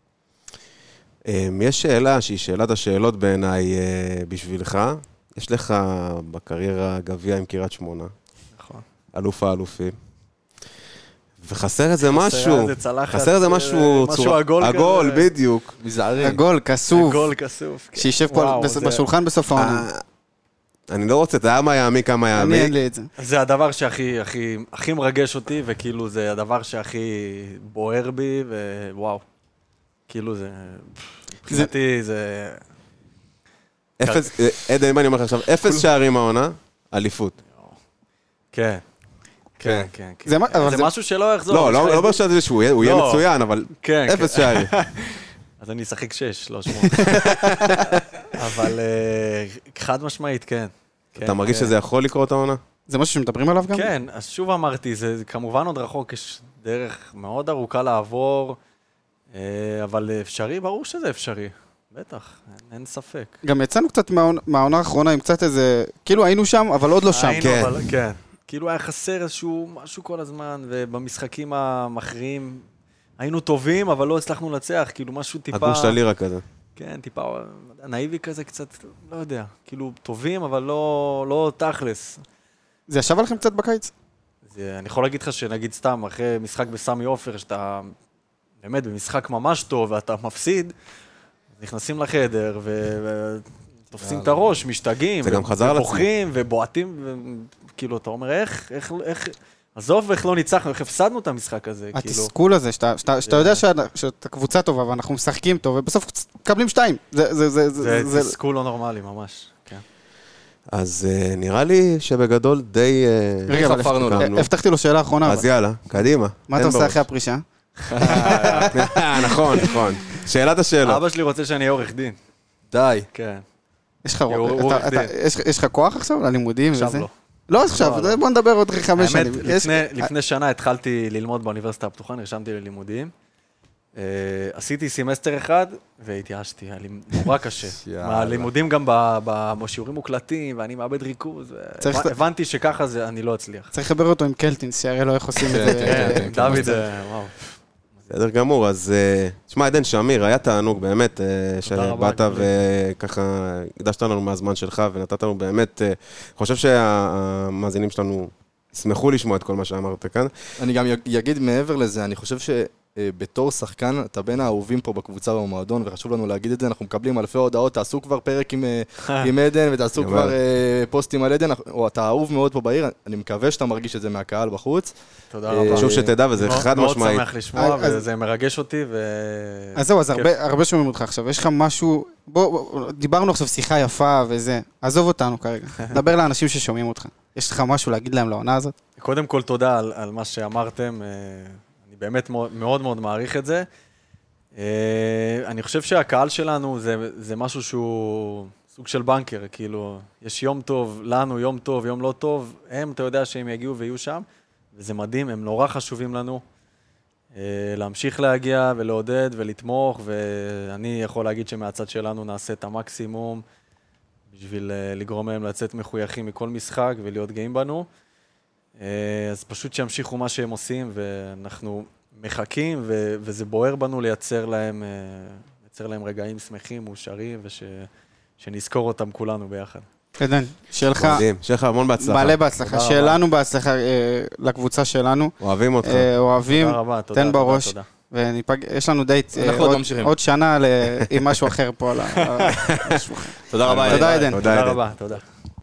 יש שאלה שהיא שאלת השאלות בעיניי בשבילך. יש לך בקריירה גביע עם קריית שמונה. נכון. אלוף האלופים. וחסר איזה משהו. חסר איזה משהו. משהו עגול כזה. עגול, בדיוק. מזערי. עגול, כסוף. עגול, כסוף. שישב פה בשולחן בסוף העונה. אני לא רוצה, אתה יודע מה יעמיק, כמה יעמיק. אני אין לי את זה. זה הדבר שהכי מרגש אותי, וכאילו זה הדבר שהכי בוער בי, ווואו. כאילו זה... מבחינתי זה... עדן, מה אני אומר לך עכשיו? 0 שערים העונה, אליפות. כן. כן. זה משהו שלא יחזור. לא אומר שזה שהוא יהיה מצוין, אבל 0 שערים. אז אני אשחק 6, לא 8. אבל חד משמעית, כן. אתה מרגיש שזה יכול לקרות העונה? זה משהו שמדברים עליו גם? כן, אז שוב אמרתי, זה כמובן עוד רחוק, יש דרך מאוד ארוכה לעבור, אבל אפשרי, ברור שזה אפשרי. בטח, אין ספק. גם יצאנו קצת מהעונה האחרונה עם קצת איזה, כאילו היינו שם, אבל עוד לא שם. כן. כאילו היה חסר איזשהו משהו כל הזמן, ובמשחקים המכריעים, היינו טובים, אבל לא הצלחנו לנצח, כאילו משהו טיפה... הגוש של לירה כזה. כן, טיפה נאיבי כזה קצת, לא יודע, כאילו טובים, אבל לא תכלס. זה ישב עליכם קצת בקיץ? אני יכול להגיד לך שנגיד סתם, אחרי משחק בסמי עופר, שאתה באמת במשחק ממש טוב ואתה מפסיד, נכנסים לחדר ותופסים את הראש, משתגעים, זה גם חזר על עצמו. ובוכים ובועטים, וכאילו, אתה אומר, איך, עזוב איך לא ניצחנו, איך הפסדנו את המשחק הזה, כאילו. התסכול הזה, שאתה יודע שאתה קבוצה טובה ואנחנו משחקים טוב, ובסוף מקבלים 2. זה תסכול לא נורמלי, ממש, כן. אז נראה לי שבגדול די... רגע, אבל הבטחתי לו שאלה אחרונה. אז יאללה, קדימה. מה אתה עושה אחרי הפרישה? נכון. שאלת השאלה. אבא שלי רוצה שאני אהיה עורך דין. די. כן. יש לך כוח עכשיו ללימודים וזה? עכשיו לא. לא עכשיו, בוא נדבר עוד 5 שנים. לפני שנה התחלתי ללמוד באוניברסיטה הפתוחה, נרשמתי ללימודים. עשיתי סמסטר אחד והתייאשתי, היה לי נורא קשה. הלימודים גם בשיעורים מוקלטים, ואני מאבד ריכוז. הבנתי שככה אני לא אצליח. צריך לחבר אותו עם קלטינס, שהרי לא איך עושים את זה. דוד, וואו. בסדר גמור, אז תשמע, עדן שמיר, היה תענוג באמת, שבאת וככה הקדשת לנו מהזמן שלך, ונתת לנו באמת, חושב שהמאזינים שלנו ישמחו לשמוע את כל מה שאמרת כאן. אני גם אגיד מעבר לזה, אני חושב שבתור שחקן, אתה בין האהובים פה בקבוצה במועדון, וחשוב לנו להגיד את זה, אנחנו מקבלים אלפי הודעות, תעשו כבר פרק עם עדן, ותעשו כבר פוסטים על עדן, או אתה אהוב מאוד פה בעיר, אני מקווה שאתה מרגיש את זה מהקהל בחוץ. תודה רבה. חשוב שתדע, וזה חד משמעית. מאוד שמח לשמוע, וזה מרגש אותי. אז זהו, אז הרבה שומעים אותך עכשיו. יש לך משהו, דיברנו עכשיו שיחה יפה וזה, עזוב אותנו כרגע. דבר לאנשים ששומעים אותך. יש לך משהו להגיד להם לעונה הזאת? קודם כל תודה על מה שאמרתם. אני באמת מאוד מאוד מעריך את זה. אני חושב שהקהל שלנו זה משהו שהוא סוג של בנקר, כאילו, יש יום טוב, לנו יום טוב, יום לא טוב, אתה יודע שהם יגיעו ויהיו שם, וזה מדהים, הם נורא חשובים לנו, להמשיך להגיע ולעודד ולתמוך, ואני יכול להגיד שמהצד שלנו נעשה את המקסימום, בשביל לגרום להם לצאת מחויכים מכל משחק ולהיות גאים בנו, אז פשוט שימשיכו מה שהם עושים, ואנחנו מחכים, וזה בוער בנו לייצר להם רגעים שמחים, מאושרים, שנזכור אותם כולנו ביחד. עדן, שיהיה לך המון בהצלחה. מלא בהצלחה, שיהיה לנו בהצלחה לקבוצה שלנו. אוהבים אותך. אוהבים, תן בראש. תודה. יש לנו דייט עוד שנה עם משהו אחר פה על השולחן. תודה רבה. תודה עדן. תודה רבה, תודה.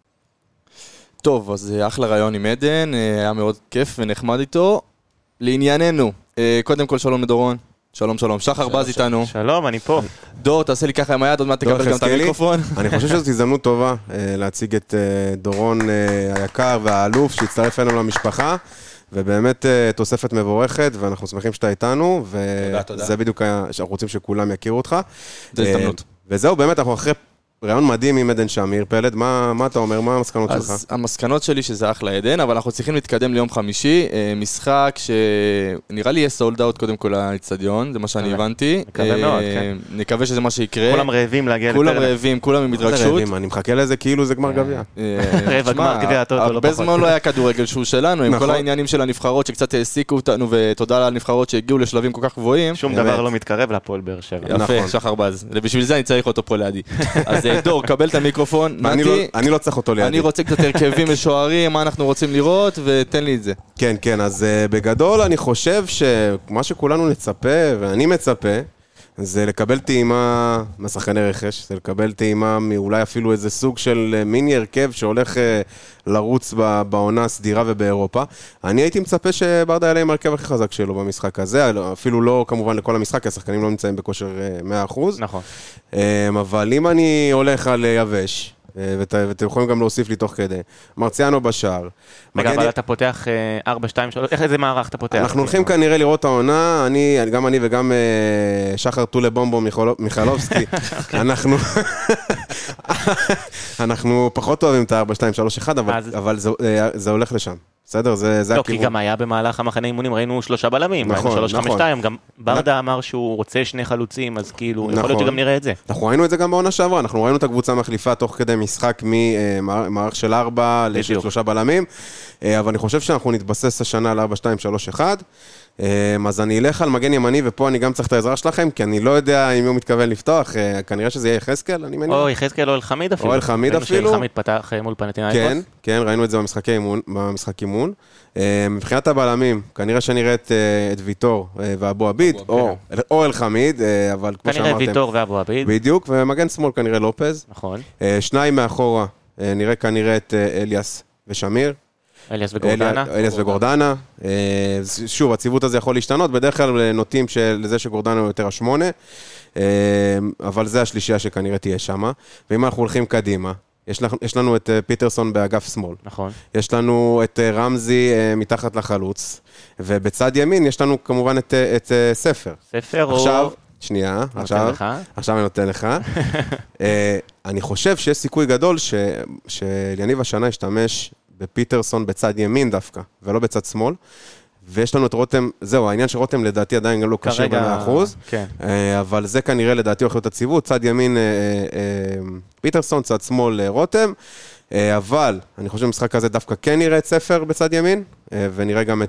טוב, אז אחלה רעיון עם עדן, היה מאוד כיף ונחמד איתו. לענייננו, קודם כל שלום לדורון. שלום. שחר בז איתנו. שלום, אני פה. דור, תעשה לי ככה עם היד, עוד מעט תקבל גם את המיקרופון. אני חושב שזאת הזדמנות טובה להציג את דורון היקר והאלוף שהצטרף אלינו למשפחה, ובאמת תוספת מבורכת, ואנחנו שמחים שאתה איתנו, וזה בדיוק שאנחנו רוצים שכולם יכירו אותך. זו הזדמנות. וזהו, באמת, אנחנו אחרי רעיון מדהים עם עדן שמיר. פלד, מה אתה אומר? מה המסקנות שלך? אז המסקנות שלי שזה אחלה עדן, אבל אנחנו צריכים להתקדם ליום חמישי, משחק שנראה לי יהיה סולד אאוט קודם כל לאצטדיון, זה מה שאני הבנתי. מקווה מאוד, כן. נקווה שזה מה שיקרה. כולם רעבים להגיע כולם רעבים, כולם עם התרגשות. אני מחכה לזה כאילו זה גמר גביע. רבע גמר גביע, טוב, לא פחות. הרבה זמן לא היה כדורגל שהוא שלנו, עם כל העניינים של הנבחרות שקצת העסיקו אותנו, ותודה לנבחרות שהגיעו לשלבים כל כך גבוהים. שום דבר לא מתקרב להפועל באר שבע. יפה, שחר בז. בשביל זה אני צריך אותו פה לידי. אז דור, קבל את המיקרופון. אני לא צריך אותו לידי. אני רוצה קצת הרכבים משוערים, מה אנחנו רוצים לראות, ותן לי את זה. כן, אז בגדול אני חושב שמה שכולנו נצפה, ואני מצפה, זה לקבל טעימה מהשחקני רכש, זה לקבל טעימה מאולי אפילו איזה סוג של מיני הרכב שהולך לרוץ בעונה הסדירה ובאירופה. אני הייתי מצפה שברדה יעלה עם הרכב הכי חזק שלו במשחק הזה, אפילו לא כמובן לכל המשחק, כי השחקנים לא נמצאים בכושר 100%. נכון. אבל אם אני הולך על יבש, ואתם יכולים גם להוסיף לי תוך כדי. מרציאנו בשער. רגע, אבל אתה פותח 4, 2, 3, איזה מערך אתה פותח? אנחנו הולכים כנראה לראות את העונה, גם אני וגם שחר טולה בומבו מיכלובסקי, אנחנו פחות אוהבים את ה-4, 2, 3, 1, אבל זה הולך לשם. בסדר? זה לא, הכיוון. כי גם היה במהלך המחנה אימונים, ראינו 3 בלמים, נכון, ראינו 3-5-2, נכון. גם ברדה אמר שהוא רוצה 2 חלוצים, אז כאילו, יכול להיות נכון. שגם נראה את זה. אנחנו ראינו את זה גם בעונה שעברה, אנחנו ראינו את הקבוצה מחליפה תוך כדי משחק ממערך של 4 ל3 בלמים, אבל אני חושב שאנחנו נתבסס השנה על 4-2-3-1, אז אני אלך על מגן ימני, ופה אני גם צריך את העזרה שלכם, כי אני לא יודע אם הוא מתכוון לפתוח, כנראה שזה יהיה יחזקאל, אני מניח. או יחזקאל או אלחמיד אפילו. או אלחמיד אפילו. ראינו שאלחמיד פתח מול פנתינאיקוס. כן, כן, ראינו את זה במשחק אימון. מבחינת הבלמים, כנראה שנראה את ויטור ואבו עביד, או אלחמיד, אבל כמו שאמרתם... כנראה ויטור ואבו עביד. בדיוק, ומגן שמאל כנראה לופז. נכון. 2 מאחורה, נראה כנראה את אליאס ושמיר. אליאס וגורדנה. אליאס וגורדנה. שוב, הציוות הזה יכול להשתנות, בדרך כלל נוטים לזה שגורדנה הוא יותר 8, אבל זה השלישייה שכנראה תהיה שמה. ואם אנחנו הולכים קדימה, יש לנו את פיטרסון באגף שמאל. נכון. יש לנו את רמזי מתחת לחלוץ, ובצד ימין יש לנו כמובן את ספר. ספר או... עכשיו, שנייה, עכשיו אני נותן לך. אני חושב שיש סיכוי גדול שיניב השנה ישתמש בפיטרסון בצד ימין דווקא, ולא בצד שמאל. ויש לנו את רותם, זהו, העניין שרותם לדעתי עדיין גם לא קשר ב100%, כן. אבל זה כנראה לדעתי הולך להיות הציוות, צד ימין פיטרסון, צד שמאל רותם, אבל אני חושב במשחק הזה דווקא כן נראה את ספר בצד ימין, ונראה גם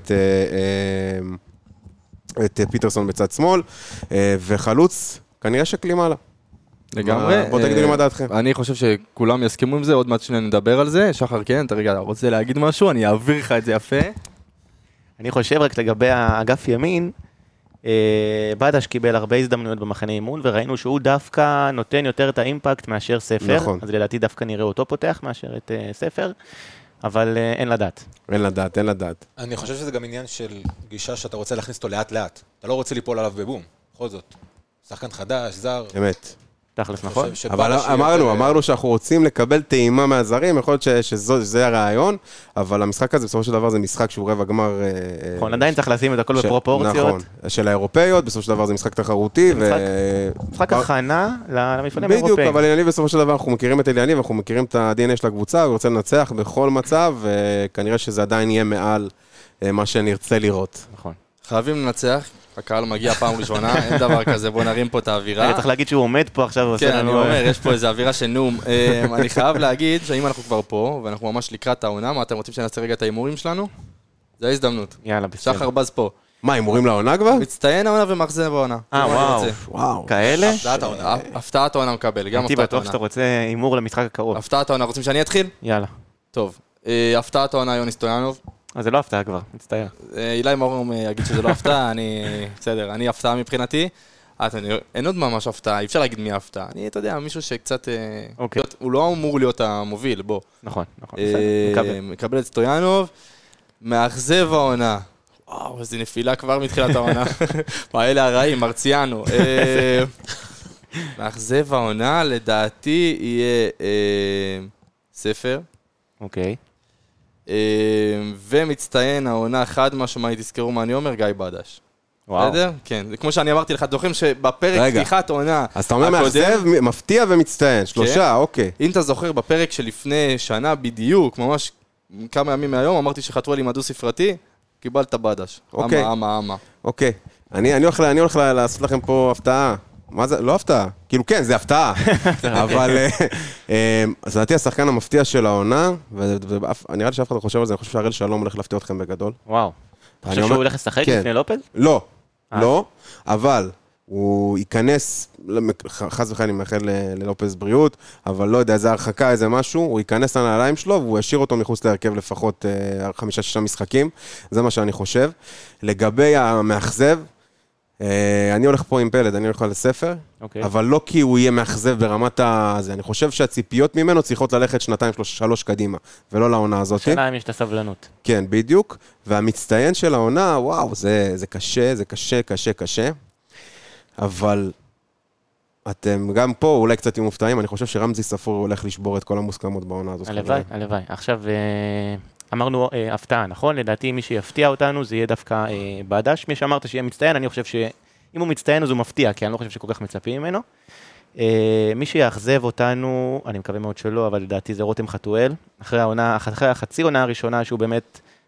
את פיטרסון בצד שמאל, וחלוץ כנראה שקלימה לה. לגמרי. בוא תגידו לי מה דעתכם. אני חושב שכולם יסכימו עם זה, עוד מעט שניה נדבר על זה. שחר, כן, אתה רגע רוצה להגיד משהו? אני אעביר לך את זה יפה. אני חושב רק לגבי האגף ימין, בדש קיבל הרבה הזדמנויות במחנה אימון, וראינו שהוא דווקא נותן יותר את האימפקט מאשר ספר. נכון. אז לדעתי דווקא נראה אותו פותח מאשר את ספר, אבל אין לדעת. אין לדעת. אני חושב שזה גם עניין של גישה שאתה רוצה להכניס אותו לאט לאט. אתה לא רוצה ליפול עליו בבום, בכל זאת. שחקן חדש, זר. אמת. תכלס, נכון? אבל אמרנו שאנחנו רוצים לקבל טעימה מהזרים, יכול להיות שזה הרעיון, אבל המשחק הזה בסופו של דבר זה משחק שהוא רבע גמר... נכון, עדיין צריך לשים את הכל בפרופורציות. נכון, של האירופאיות, בסופו של דבר זה משחק תחרותי. משחק הכנה למפעלים האירופאים. בדיוק, אבל אליניב בסופו של דבר אנחנו מכירים את אליניב, אנחנו מכירים את ה-DNA של הקבוצה, הוא רוצה לנצח בכל מצב, וכנראה שזה עדיין יהיה מעל מה שנרצה לראות. נכון. חייבים לנצח. הקהל מגיע פעם ראשונה, אין דבר כזה, בוא נרים פה את האווירה. אני צריך להגיד שהוא עומד פה עכשיו. כן, אני אומר, יש פה איזו אווירה של נום. אני חייב להגיד שאם אנחנו כבר פה, ואנחנו ממש לקראת העונה, מה אתם רוצים שנעשה רגע את ההימורים שלנו? זה ההזדמנות. יאללה, בסדר. שחר בז פה. מה, הימורים לעונה כבר? מצטיין העונה ומאכזב העונה. וואו. כאלה? הפתעת העונה מקבל, גם הייתי הפתעת בטוח העונה. שאתה רוצה הימור למשחק הקרוב. הפתעת העונה, רוצים שאני אתחיל? יאללה. טוב. הפתעת העונה יוני סטויאנוב. אז זה לא הפתעה כבר, מצטער. אילי מורום יגיד שזה לא הפתעה, בסדר, אני הפתעה מבחינתי. אין עוד ממש הפתעה, אי אפשר להגיד מי ההפתעה. אני, אתה יודע, מישהו שקצת... הוא לא אמור להיות המוביל, בוא. נכון, בסדר, מקבל את סטויאנוב. מאכזב העונה. וואו, איזו נפילה כבר מתחילת העונה. מה, אלה הרעים, מרציאנו. מאכזב העונה, לדעתי, יהיה ספר. אוקיי. ומצטיין העונה חד משמעית, תזכרו מה אני אומר, גיא בדש. בסדר? כן, כמו שאני אמרתי לך, זוכרים שבפרק פתיחת העונה... אז אתה אומר מאכזב, מפתיע ומצטיין, 3, אוקיי. אם אתה זוכר בפרק שלפני שנה בדיוק, ממש כמה ימים מהיום, אמרתי שחתרו לי מדו ספרתי, קיבלת בדש. אוקיי. אמה. אוקיי. אני הולך לעשות לכם פה הפתעה. מה זה? לא הפתעה. כאילו כן, זה הפתעה. אבל... אז לדעתי השחקן המפתיע של העונה, ונראה לי שאף אחד לא חושב על זה, אני חושב שהראל שלום הולך להפתיע אתכם בגדול. וואו. אתה חושב שהוא הולך לשחק לפני לופז? לא, אבל הוא ייכנס, חס וחלילה אני מאחל ללופז בריאות, אבל לא יודע, איזה הרחקה, איזה משהו, הוא ייכנס לנעליים שלו, והוא ישאיר אותו מחוץ להרכב לפחות 5-6 משחקים, זה מה שאני חושב. לגבי המאכזב, אני הולך פה עם פלד, אני הולך לספר, אבל לא כי הוא יהיה מאכזב ברמת הזה, אני חושב שהציפיות ממנו צריכות ללכת 2-3 קדימה, ולא לעונה הזאת. שאלה אם יש את הסבלנות. כן, בדיוק, והמצטיין של העונה, וואו, זה קשה, זה קשה, אבל אתם גם פה אולי קצת עם מופתעים, אני חושב שרמזי ספור הולך לשבור את כל המוסכמות בעונה הזאת. הלוואי. עכשיו... אמרנו הפתעה, נכון? לדעתי מי שיפתיע אותנו זה יהיה דווקא בדש. מי שאמרת שיהיה מצטיין, אני חושב שאם הוא מצטיין אז הוא מפתיע, כי אני לא חושב שכל כך מצפים ממנו. מי שיאכזב אותנו, אני מקווה מאוד שלא, אבל לדעתי זה רותם חתואל. אחרי החצי עונה הראשונה שהוא באמת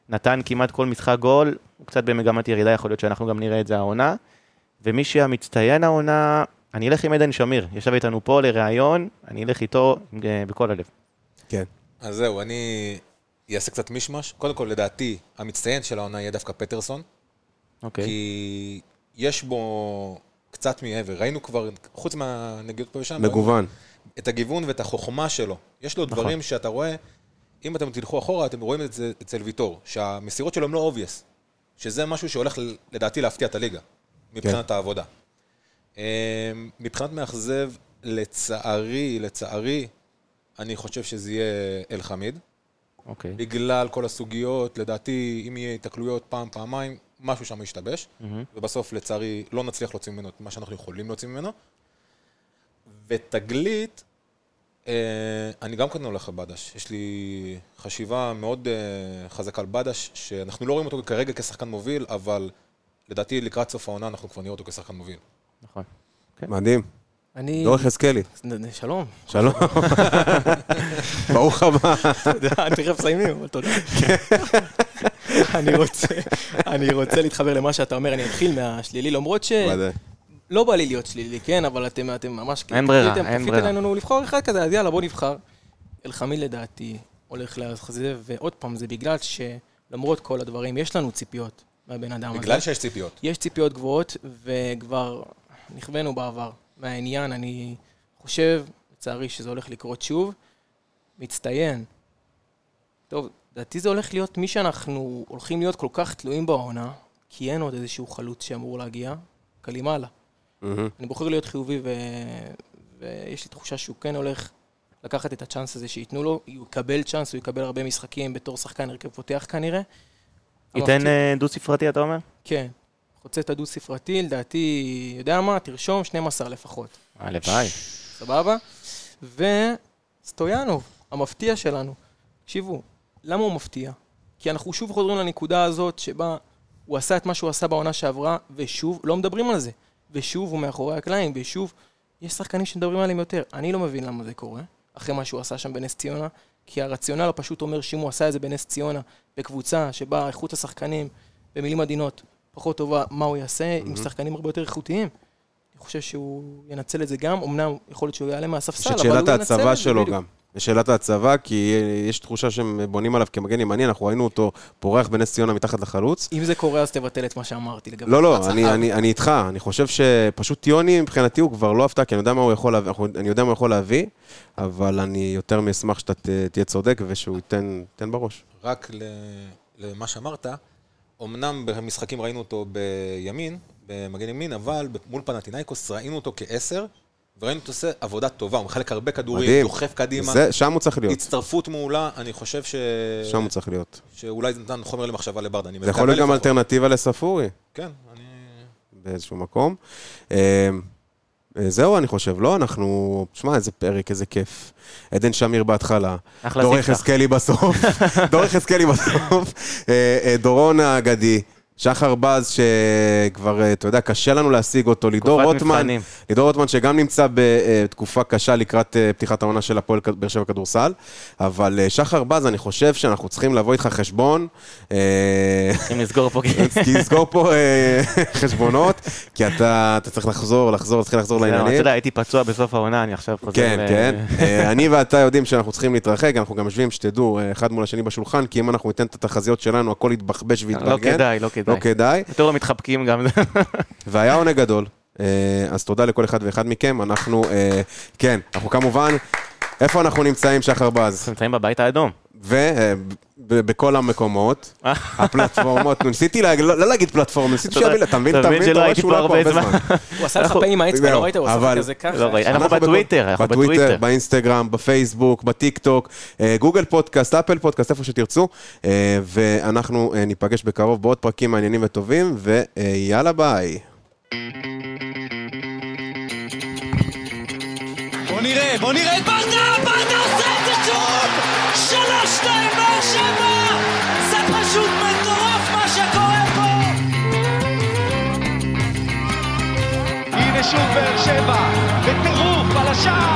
נתן כמעט כל משחק גול, הוא קצת במגמת ירידה, יכול להיות שאנחנו גם נראה את זה העונה. ומי שהמצטיין העונה, אני אלך עם עדן שמיר, ישב איתנו פה לראיון, אני אלך איתו בכל הלב. כן. אז זהו, אני אעשה קצת מישמש. קודם כל, לדעתי, המצטיין של העונה יהיה דווקא פטרסון. אוקיי. כי יש בו קצת מעבר. ראינו כבר, חוץ מהנגיעות פה ושם, מגוון. את הגיוון ואת החוכמה שלו. יש לו דברים שאתה רואה, אם אתם תלכו אחורה, אתם רואים את זה אצל ויטור, שהמסירות שלו הם לא obvious. שזה משהו שהולך לדעתי להפתיע את הליגה, מבחינת העבודה. מבחינת מאכזב, לצערי, אני חושב שזה יהיה אל חמיד. אוקיי. בגלל כל הסוגיות, לדעתי, אם יהיה התקלויות פעם, פעמיים, משהו שם ישתבש, ובסוף, לצערי, לא נצליח להוציא ממנו את מה שאנחנו יכולים להוציא ממנו. ותגלית, אני גם כאן הולך לבדש. יש לי חשיבה מאוד חזקה על בדש, שאנחנו לא רואים אותו כרגע כשחקן מוביל, אבל לדעתי, לקראת סוף העונה, אנחנו כבר נראה אותו כשחקן מוביל. נכון. מדהים. דור יחזקאלי. שלום. שלום. ברוך הבא. תכף מסיימים, אבל תודה. אני רוצה להתחבר למה שאתה אומר, אני אתחיל מהשלילי, למרות שלא בא לי להיות שלילי, כן, אבל אתם ממש... אין ברירה, אין כפיתם ברירה. לנו לבחור אחד כזה, אז יאללה, בוא נבחר. אלחמיד לדעתי הולך לאכזב, ועוד פעם, זה בגלל שלמרות כל הדברים, יש לנו ציפיות מהבן אדם הזה. בגלל שיש ציפיות. יש ציפיות גבוהות, וכבר נכוונו בעבר. מהעניין, אני חושב, לצערי, שזה הולך לקרות שוב. מצטיין. טוב, דעתי זה הולך להיות מי שאנחנו הולכים להיות כל כך תלויים בעונה, כי אין עוד איזשהו חלוץ שאמור להגיע, קלימאלה. אני בוחר להיות חיובי, ויש לי תחושה שהוא כן הולך לקחת את הצ'אנס הזה שייתנו לו, הוא יקבל צ'אנס, הוא יקבל הרבה משחקים בתור שחקן הרכב פותח כנראה. ייתן דו ספרתי, אתה אומר? כן. חוצה את הדו ספרתי, לדעתי, יודע מה, תרשום 12 לפחות. הלוואי. סבבה? וסטויאנוב, המפתיע שלנו. תקשיבו, למה הוא מפתיע? כי אנחנו שוב חוזרים לנקודה הזאת שבה הוא עשה את מה שהוא עשה בעונה שעברה, ושוב, לא מדברים על זה. ושוב הוא מאחורי הקלעים, ושוב, יש שחקנים שמדברים עליהם יותר. אני לא מבין למה זה קורה, אחרי מה שהוא עשה שם בנס ציונה, כי הרציונל פשוט אומר שאם הוא עשה את זה בנס ציונה, בקבוצה שבה איכות השחקנים, במילים עדינות, פחות טובה, מה הוא יעשה עם שחקנים הרבה יותר איכותיים. אני חושב שהוא ינצל את זה גם, אמנם יכול להיות שהוא יעלה מהספסל, אבל הוא ינצל את זה. שאלת ההצבה שלו גם. שאלת ההצבה, כי יש תחושה שהם בונים עליו כמגן ימני, אנחנו ראינו אותו פורח בנס ציונה מתחת לחלוץ. אם זה קורה, אז תבטל את מה שאמרתי לגבי... לא, אני איתך, אני חושב שפשוט יוני מבחינתי הוא כבר לא הפתעה, כי אני יודע מה הוא יכול להביא, אבל אני יותר מאשמח שאתה תהיה צודק ושהוא ייתן בראש. רק למה שאמרת, אמנם במשחקים ראינו אותו בימין, במגן ימין, אבל מול פנתינייקוס ראינו אותו כ10, וראינו אותו עושה עבודה טובה, הוא מחלק הרבה כדורים, דוחף קדימה. שם הוא צריך להיות. הצטרפות מעולה, אני חושב שם הוא צריך להיות. שאולי זה נתן חומר למחשבה לברדה. זה יכול להיות גם אלטרנטיבה לספורי. כן, באיזשהו מקום. זהו, אני חושב, לא? אנחנו... תשמע, איזה פרק, איזה כיף. עדן שמיר בהתחלה. דור יחזקאלי בסוף. דורון האגדי. שחר בז, שכבר, אתה יודע, קשה לנו להשיג אותו, לידור רוטמן, שגם נמצא בתקופה קשה לקראת פתיחת העונה של הפועל באר שבע כדורסל, אבל שחר בז, אני חושב שאנחנו צריכים לבוא איתך חשבון, צריכים לסגור פה חשבונות, כי אתה צריך להתחיל לחזור לעניינים. אתה יודע, הייתי פצוע בסוף העונה, אני עכשיו חוזר... כן. אני ואתה יודעים שאנחנו צריכים להתרחק, אנחנו גם יושבים שתדעו אחד מול השני בשולחן, כי אם אנחנו ניתן את התחזיות שלנו, הכל יתבחבש ויתבלגן. לא כדאי. יותר לא מתחבקים גם. והיה עונג גדול. אז תודה לכל אחד ואחד מכם. אנחנו כמובן, איפה אנחנו נמצאים, שחר בז? אנחנו נמצאים בבית האדום. ובכל המקומות, הפלטפורמות, ניסיתי לא להגיד פלטפורם, ניסיתי שיביל, אתה מבין, שלא הייתי פה הרבה זמן. הוא עשה לך פעמים עם האצבע, לא ראית, הוא עשה לך כזה ככה. אנחנו בטוויטר, באינסטגרם, בפייסבוק, בטיק טוק, גוגל פודקאסט, אפל פודקאסט, איפה שתרצו, ואנחנו ניפגש בקרוב בעוד פרקים מעניינים וטובים, ויאללה ביי. בוא נראה, ברדה עושה את זה שוב! 3-2 באר שבע! זה פשוט מטורף מה שקורה פה! הנה שוב באר שבע, בטירוף על השער!